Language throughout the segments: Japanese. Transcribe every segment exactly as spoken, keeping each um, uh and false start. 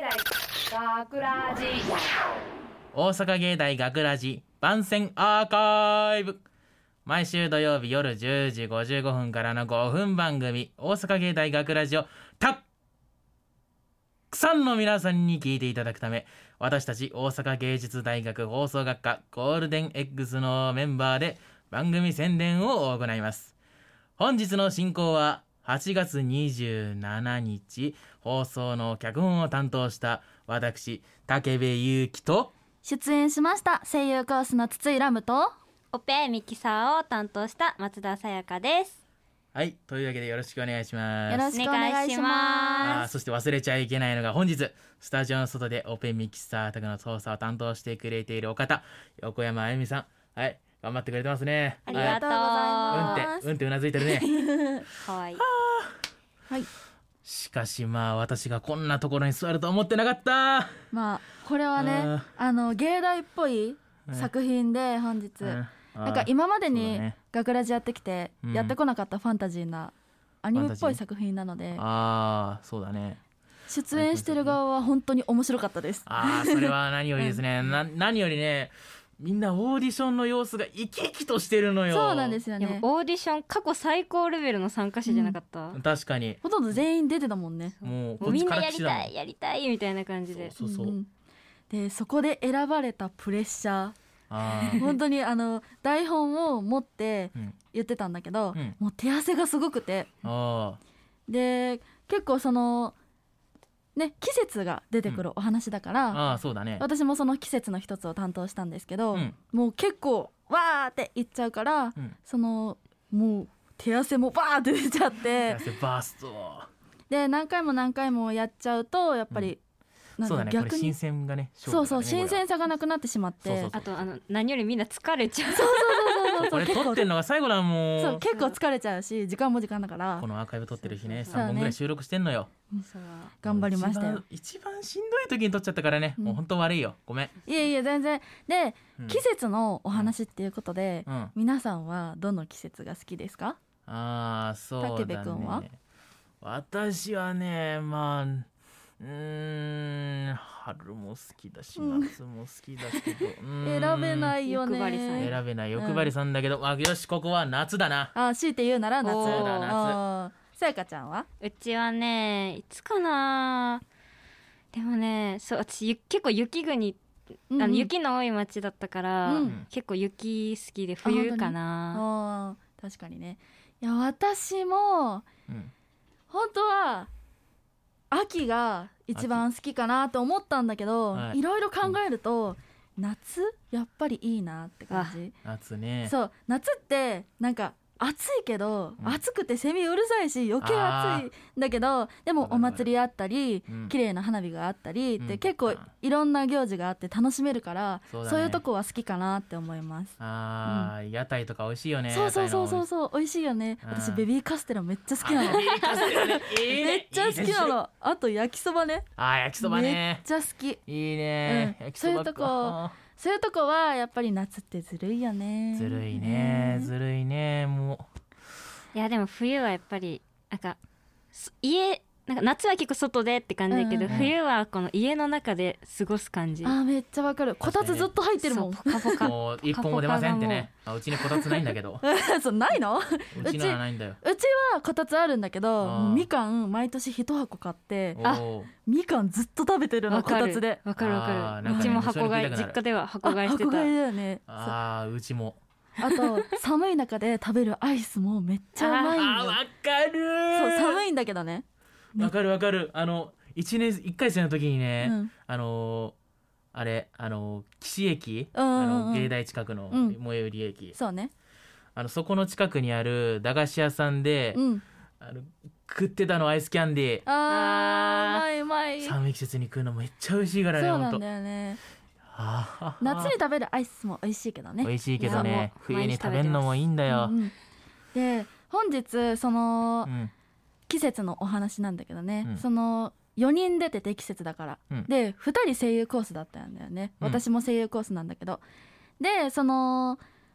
大学ラジ大阪芸大学ラジ番宣アーカイブ。毎週土曜日夜じゅうじごじゅうごふんからのごふん番組大阪芸大学ラジをたっくさんの皆さんに聞いていただくため、私たち大阪芸術大学放送学科ゴールデン X のメンバーで番組宣伝を行います。本日の進行ははちがつにじゅうしちにち放送の脚本を担当した私武部勇樹と、 出演しました声優コースの筒井ラムとオペミキサーを担当した松田さやかです。 はい、というわけでよろしくお願いします。 よろしくお願いしまあ、そして忘れちゃいけないのが、本日スタジオの外でオペミキサー宅の操作を担当してくれているお方、横山あゆみさん、はい、頑張ってくれてますね。 ありがとうございます。 うんってうんってうなずいてるねかわいい。 はい。 しかしまあ私がこんなところに座ると思ってなかった。 まあこれはね、あの芸大っぽい作品で本日、うん、なんか今までに学ラジやってきてやってこなかったファンタジーなアニメっぽい作品なので、 ああそうだね、 出演してる側は本当に面白かったです。 ああそれは何よりですね、うん、な何よりね、みんなオーディションの様子が生き生きとしてるのよ。 そうなんですよね。 オーディション過去最高レベルの参加者じゃなかった、 うん、確かにほとんど全員出てたもんね。 もうこもうみんなやりっちから来てたもんたいやりたいみたいな感じで、 そうそうそう、うん、 でそこで選ばれたプレッシャー、 あ本当にあの台本を持って言ってたんだけど、うん、もう手汗がすごくて、 あで結構そのね、季節が出てくるお話だから、うん、 あそうだね、 私もその季節の一つを担当したんですけど、うん、もう結構わーっていっちゃうから、うん、そのもう手汗もバーって出ちゃって手汗バーストで何回も何回もやっちゃうとやっぱり、 うん、そうだね、逆にこれ新鮮がね、 そうそう新鮮さがなくなってしまって、 そうそうそう、あとあの何よりみんな疲れちゃう。 そうそうそうそうこれ撮ってんのが最後だもん。 そう結構疲れちゃうし時間も時間だから、 このアーカイブ撮ってる日ね、 そうそうそう、 さんぼんぐらい収録してんのよ。 そう頑張りましたよ。 一番、一番しんどい時に撮っちゃったからね、うん、もう本当悪いよ、ごめん。 いえいえ全然で、うん、季節のお話っていうことで、うん、皆さんはどの季節が好きですか？ ああそうだね、 武部君は？ 私はね、まあうーん春も好きだし夏も好きだけど、うん、 選べないよね。 欲張りさん選べない欲張りさんだけど、うん、あよしここは夏だな。 あ強いて言うなら夏。 そうだ夏。 さやかちゃんは？ うちはねいつかな、でもねそう私結構雪国、うんうん、あの雪の多い町だったから、うん、結構雪好きで冬かな。 あ確かにね。いや私も、うん、本当は秋が一番好きかなと思ったんだけど、はい、いろいろ考えると、うん、夏やっぱりいいなって感じ。 夏ね。 そう夏ってなんか暑いけど、うん、暑くてセミうるさいし余計暑いんだけど、でもお祭りあったり、うん、綺麗な花火があったりって、うん、結構いろんな行事があって楽しめるから、そうだね、そういうとこは好きかなって思います。 あ、うん、屋台とか美味しいよね。 そうそうそうそうそう美味しいよね。私ベビーカステラめっちゃ好きなの。 ベビーカステラねいいねめっちゃ好きなの。あと焼きそばね。 あ焼きそばねめっちゃ好き。 いいね、うん、焼きそばか。そういうとこそういうとこはやっぱり夏ってずるいよね。 ずるいねずるいね。もういやでも冬はやっぱりなんか家なんか夏は結構外でって感じだけど、うんうん、冬はこの家の中で過ごす感じ。 あめっちゃわかる。こたつずっと入ってるもん。 ポカポカもう一本も出ませんってね。あうちにこたつないんだけどそうないの？ うちのはないんだよ。 うちはこたつあるんだけど、もうみかん毎年一箱買って、あみかんずっと食べてるのこたつで。 わかるわかる。うちも箱買い、実家では箱買いしてた。 箱買いだよね。 あうちも。 あと寒い中で食べるアイスもめっちゃうまいんだ。 あわかる。 そう寒いんだけどね。 わかるわかる。あのいちねんいっかい生の時にね、うん、あのあれあの岸駅、うんうんうん、あの芸大近くの最寄り駅、うん、 そうね、 あのそこの近くにある駄菓子屋さんで、うん、あの食ってたのアイスキャンディー。 あーうまいうまい。 寒い季節に食うのめっちゃ美味しいからね。 そうなんだよね。夏に食べるアイスも美味しいけどね。 美味しいけどね冬に食べるのもいいんだよ、うんうん、 で本日その、うん、季節のお話なんだけどね、うん、そのよにん出てて季節だから、うん、でふたり声優コースだったんだよね、うん、私も声優コースなんだけど、でその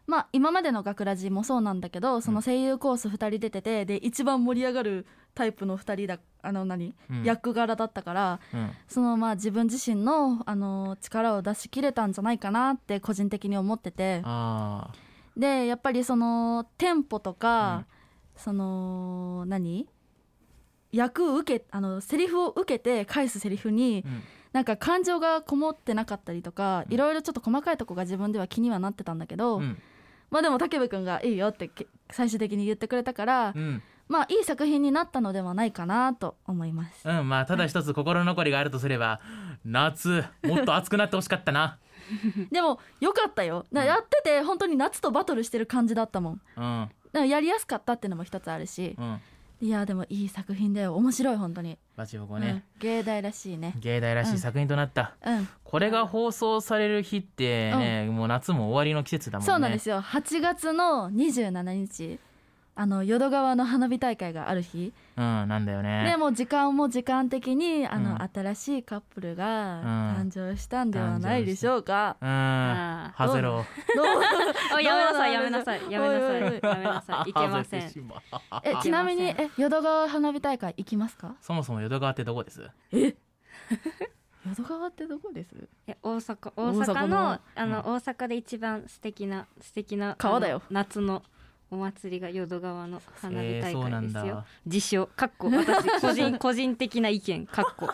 まあ今までの学ラジもそうなんだけど、その声優コースふたり出てて、で一番盛り上がるタイプのふたりだ、あの何、うん、役柄だったから、うん、そのまあ自分自身の、あの力を出し切れたんじゃないかなって個人的に思ってて、あでやっぱりそのテンポとか、うん、その何役を受けあのセリフを受けて返すセリフに、うん、なんか感情がこもってなかったりとか、いろいろちょっと細かいとこが自分では気にはなってたんだけど、うん、まあでも武部くんがいいよって最終的に言ってくれたから、うん、まあいい作品になったのではないかなと思います。 うん、まあただ一つ心残りがあるとすれば、夏もっと暑くなってほしかったな。 でもよかったよ。だからやってて本当に夏とバトルしてる感じだったもん、うん、だからやりやすかったっていうのも一つあるし、うん、いやでもいい作品だよ。面白い本当に。 バチボコね、 うん、芸大らしいね。 芸大らしい作品となった、うん、これが放送される日ってね、うん、もう夏も終わりの季節だもんね。 そうなんですよ。はちがつのにじゅうしちにち、あの淀川の花火大会がある日、 うん、なんだよね。 でも時間も時間的にあの、うん、新しいカップルが誕生したんではないでしょうか。 うん、ハゼローやめなさいやめなさいやめなさいやめなさいいけません。 えちなみにえ淀川花火大会行きますか？ そもそも淀川ってどこです？ え淀川ってどこです？ え大阪大阪のあの、うん、大阪で一番素敵な素敵な川だよ。 夏のお祭りが淀川の花火大会ですよ。自称かっこ私個人個人的な意見かっこ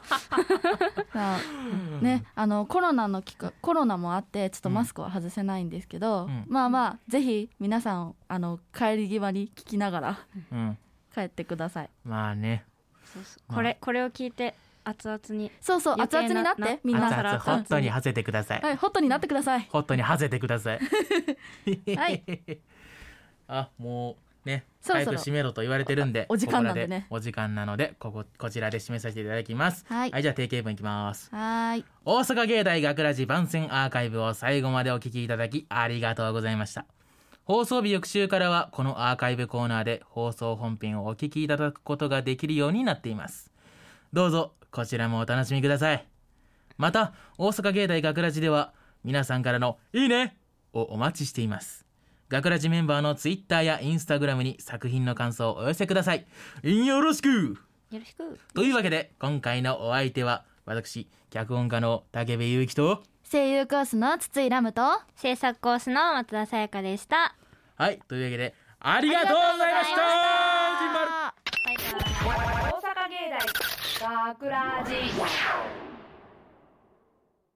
ね、あのコロナの期間コロナもあってちょっとマスクは外せないんですけど、うん、まあまあぜひ皆さんあの帰り際に聞きながら、うん、帰ってください。 まあね、 そうそうこれこれを聞いて熱々にそうそう熱々になってみんな熱々ホットにはぜてください。 はい、ホットになってください。 ホットにはぜてください。 はいあ、もうね、早く締めろと言われてるんで、 お時間なんでね、 お時間なのでこここちらで締めさせていただきます。はい、はい、じゃあ定型文いきます。 はい。 大阪芸大学ラジ番宣アーカイブを最後までお聞きいただきありがとうございました。放送日翌週からはこのアーカイブコーナーで放送本編をお聞きいただくことができるようになっています。どうぞこちらもお楽しみください。また大阪芸大学ラジでは皆さんからのいいねをお待ちしています。学ラジメンバーのツイッターやインスタグラムに作品の感想をお寄せください。よろしくよろしく。 というわけで今回のお相手は私脚本家の武部勇樹と声優コースの筒井ラムと制作コースの松田さやかでした。 はい、というわけでありがとうございました。 大阪芸大学ラジ